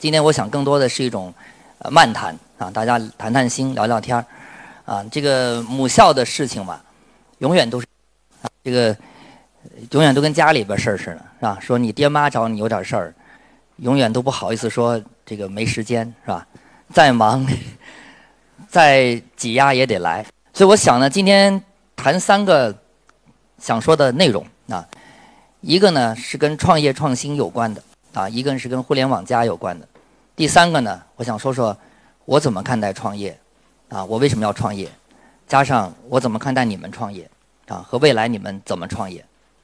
今天我想更多的是一种漫谈啊，大家谈谈心，聊聊天啊。这个母校的事情嘛，永远都是这个永远都跟家里边事儿似的，是吧？说你爹妈找你有点事儿，永远都不好意思说这个没时间，是吧？再忙再挤压也得来。所以我想呢，今天谈3个想说的内容啊。一个呢是跟创业创新有关的啊，一个是跟互联网加有关的。第3个呢，我想说说我怎么看待创业啊，我为什么要创业，加上我怎么看待你们创业啊，和未来你们怎么创业。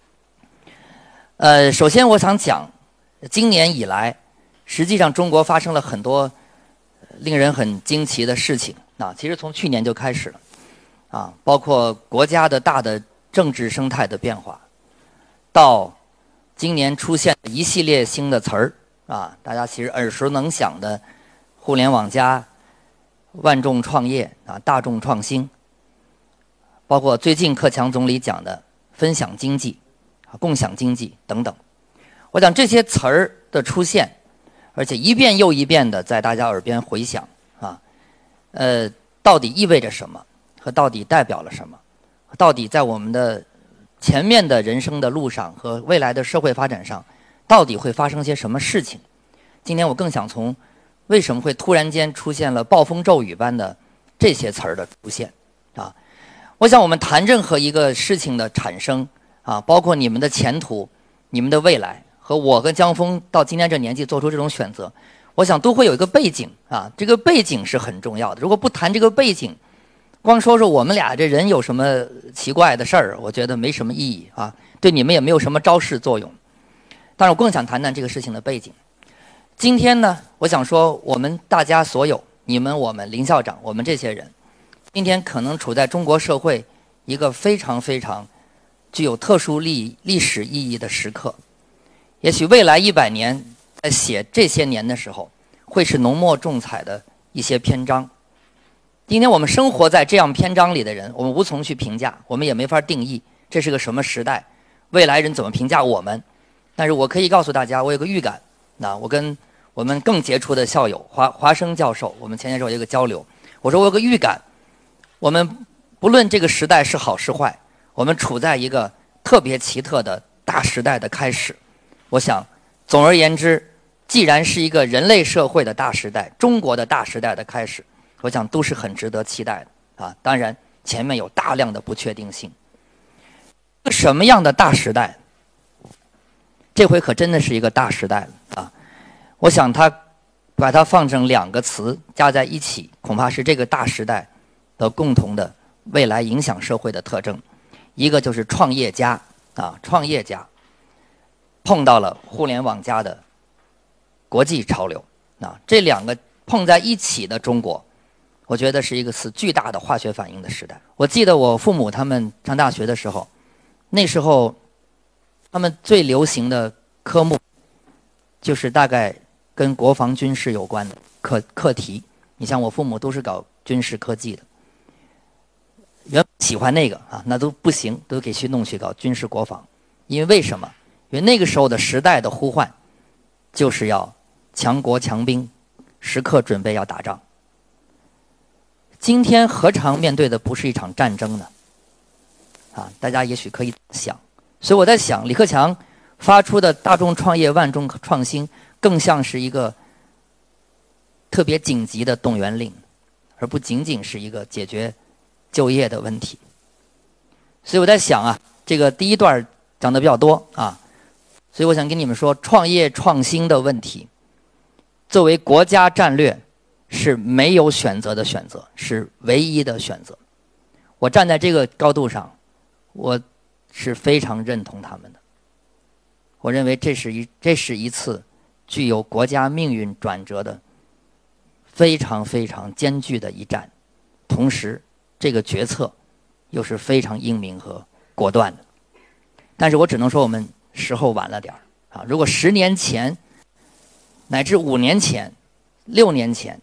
首先我想讲，今年以来，实际上中国发生了很多令人很惊奇的事情啊，其实从去年就开始了啊，包括国家的大的政治生态的变化，到今年出现一系列新的词儿啊，大家其实耳熟能详的互联网加、万众创业啊、大众创新，包括最近克强总理讲的分享经济、共享经济等等。我想这些词儿的出现，而且一遍又一遍的在大家耳边回响啊，到底意味着什么？和到底代表了什么？到底在我们的前面的人生的路上和未来的社会发展上，到底会发生些什么事情？今天我更想从为什么会突然间出现了暴风骤雨般的这些词儿的出现啊。我想我们谈任何一个事情的产生啊，包括你们的前途、你们的未来，和我跟江峰到今天这年纪做出这种选择，我想都会有一个背景啊，这个背景是很重要的。如果不谈这个背景，光说说我们俩这人有什么奇怪的事儿，我觉得没什么意义啊，对你们也没有什么昭示作用。但是我更想谈谈这个事情的背景。今天呢，我想说我们大家所有，你们、我们、林校长，我们这些人，今天可能处在中国社会一个非常非常具有特殊历史意义的时刻。也许未来100年在写这些年的时候，会是浓墨重彩的一些篇章。今天我们生活在这样篇章里的人，我们无从去评价，我们也没法定义这是个什么时代，未来人怎么评价我们。但是我可以告诉大家，我有个预感，那我跟我们更杰出的校友华生教授，我们前些时候有一个交流，我说我有个预感，我们不论这个时代是好是坏，我们处在一个特别奇特的大时代的开始。我想总而言之，既然是一个人类社会的大时代，中国的大时代的开始，我想都是很值得期待的啊！当然，前面有大量的不确定性。什么样的大时代？这回可真的是一个大时代了啊！我想把它放成2个词加在一起，恐怕是这个大时代的共同的未来影响社会的特征。一个就是创业家啊，创业家碰到了互联网加的国际潮流啊，这2个碰在一起的中国，我觉得是一个巨大的化学反应的时代。我记得我父母他们上大学的时候，那时候他们最流行的科目就是大概跟国防军事有关的课题。你像我父母都是搞军事科技的，原本喜欢那个啊，那都不行，都给去弄去搞军事国防。因为什么？因为那个时候的时代的呼唤就是要强国强兵，时刻准备要打仗。今天何尝面对的不是一场战争呢？啊，大家也许可以想。所以我在想，李克强发出的大众创业、万众创新，更像是一个特别紧急的动员令，而不仅仅是一个解决就业的问题。所以我在想啊，这个第一段讲的比较多啊，所以我想跟你们说，创业创新的问题，作为国家战略是没有选择的选择，是唯一的选择。我站在这个高度上，我是非常认同他们的。我认为这是一次具有国家命运转折的非常非常艰巨的一战，同时这个决策又是非常英明和果断的。但是我只能说我们时候晚了点啊！如果10年前乃至5年前、6年前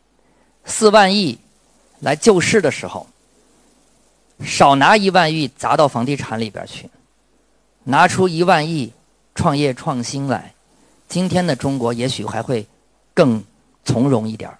4万亿来救市的时候，少拿1万亿砸到房地产里边去，拿出1万亿创业创新来，今天的中国也许还会更从容一点。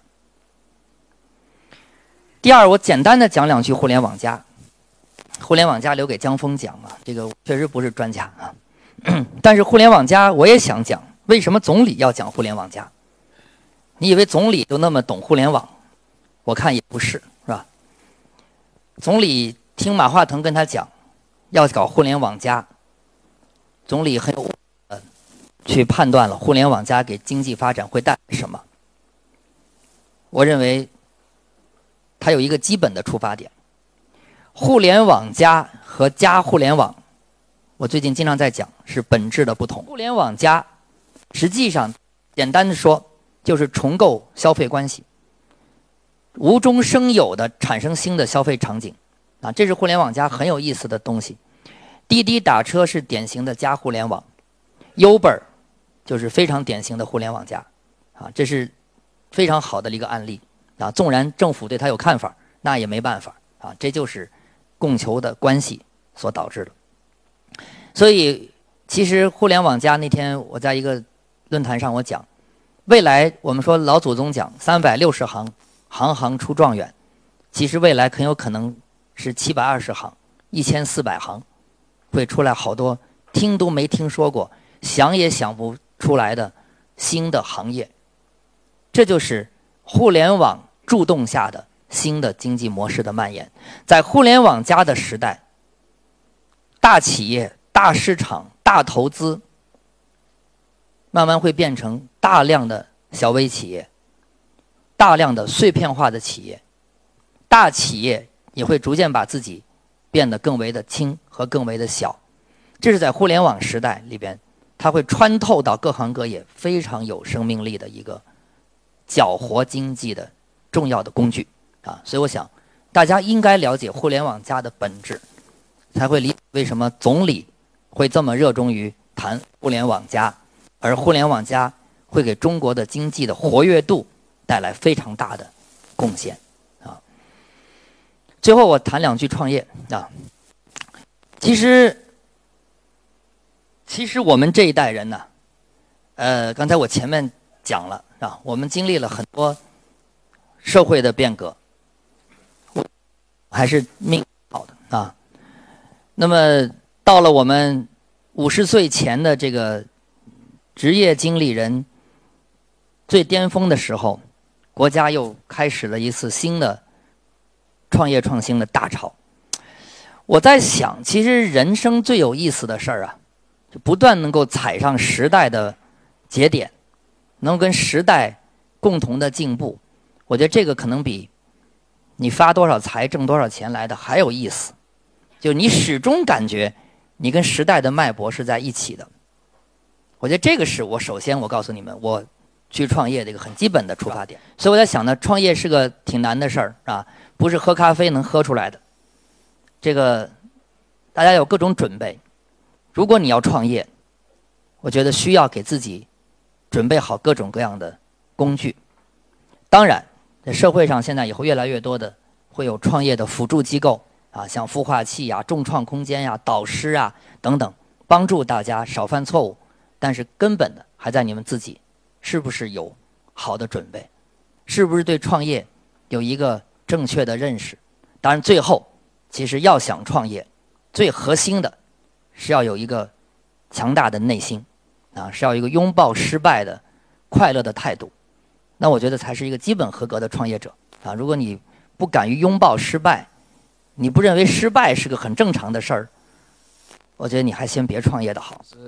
第二，我简单的讲两句互联网加。互联网加留给江峰讲啊，这个确实不是专家啊。但是互联网加我也想讲，为什么总理要讲互联网加？你以为总理就那么懂互联网？我看也不是，是吧？总理听马化腾跟他讲要搞互联网加，总理很有去判断了互联网加给经济发展会带来什么。我认为它有一个基本的出发点。互联网加和加互联网，我最近经常在讲，是本质的不同。互联网加实际上简单的说就是重构消费关系，无中生有的产生新的消费场景啊，这是互联网加很有意思的东西。滴滴打车是典型的加互联网， Uber 就是非常典型的互联网加啊，这是非常好的一个案例啊。纵然政府对它有看法，那也没办法啊，这就是供求的关系所导致的。所以其实互联网加那天我在一个论坛上我讲，未来我们说老祖宗讲360行，行行出状元，其实未来很有可能是720行，1400行，会出来好多听都没听说过，想也想不出来的新的行业。这就是互联网助动下的新的经济模式的蔓延。在互联网加的时代，大企业、大市场、大投资慢慢会变成大量的小微企业，大量的碎片化的企业，大企业也会逐渐把自己变得更为的轻和更为的小。这是在互联网时代里边，它会穿透到各行各业，非常有生命力的一个搅活经济的重要的工具啊。所以我想大家应该了解互联网加的本质，才会理解为什么总理会这么热衷于谈互联网加，而互联网加会给中国的经济的活跃度带来非常大的贡献啊。最后我谈两句创业啊。其实我们这一代人呢，刚才我前面讲了啊，我们经历了很多社会的变革，还是命好的啊。那么到了我们50岁前的这个职业经理人最巅峰的时候，国家又开始了一次新的创业创新的大潮。我在想，其实人生最有意思的事儿啊，就不断能够踩上时代的节点，能跟时代共同的进步。我觉得这个可能比你发多少财挣多少钱来的还有意思。就你始终感觉你跟时代的脉搏是在一起的。我觉得这个是我首先我告诉你们，我去创业的一个很基本的出发点。所以我在想呢，创业是个挺难的事儿啊，不是喝咖啡能喝出来的。这个大家有各种准备。如果你要创业，我觉得需要给自己准备好各种各样的工具。当然，在社会上现在以后越来越多的会有创业的辅助机构啊，像孵化器呀、众创空间呀、导师啊等等，帮助大家少犯错误。但是根本的还在你们自己，是不是有好的准备？是不是对创业有一个正确的认识？当然，最后其实要想创业，最核心的是要有一个强大的内心啊，是要有一个拥抱失败的快乐的态度。那我觉得才是一个基本合格的创业者啊。如果你不敢于拥抱失败，你不认为失败是个很正常的事儿，我觉得你还先别创业的好。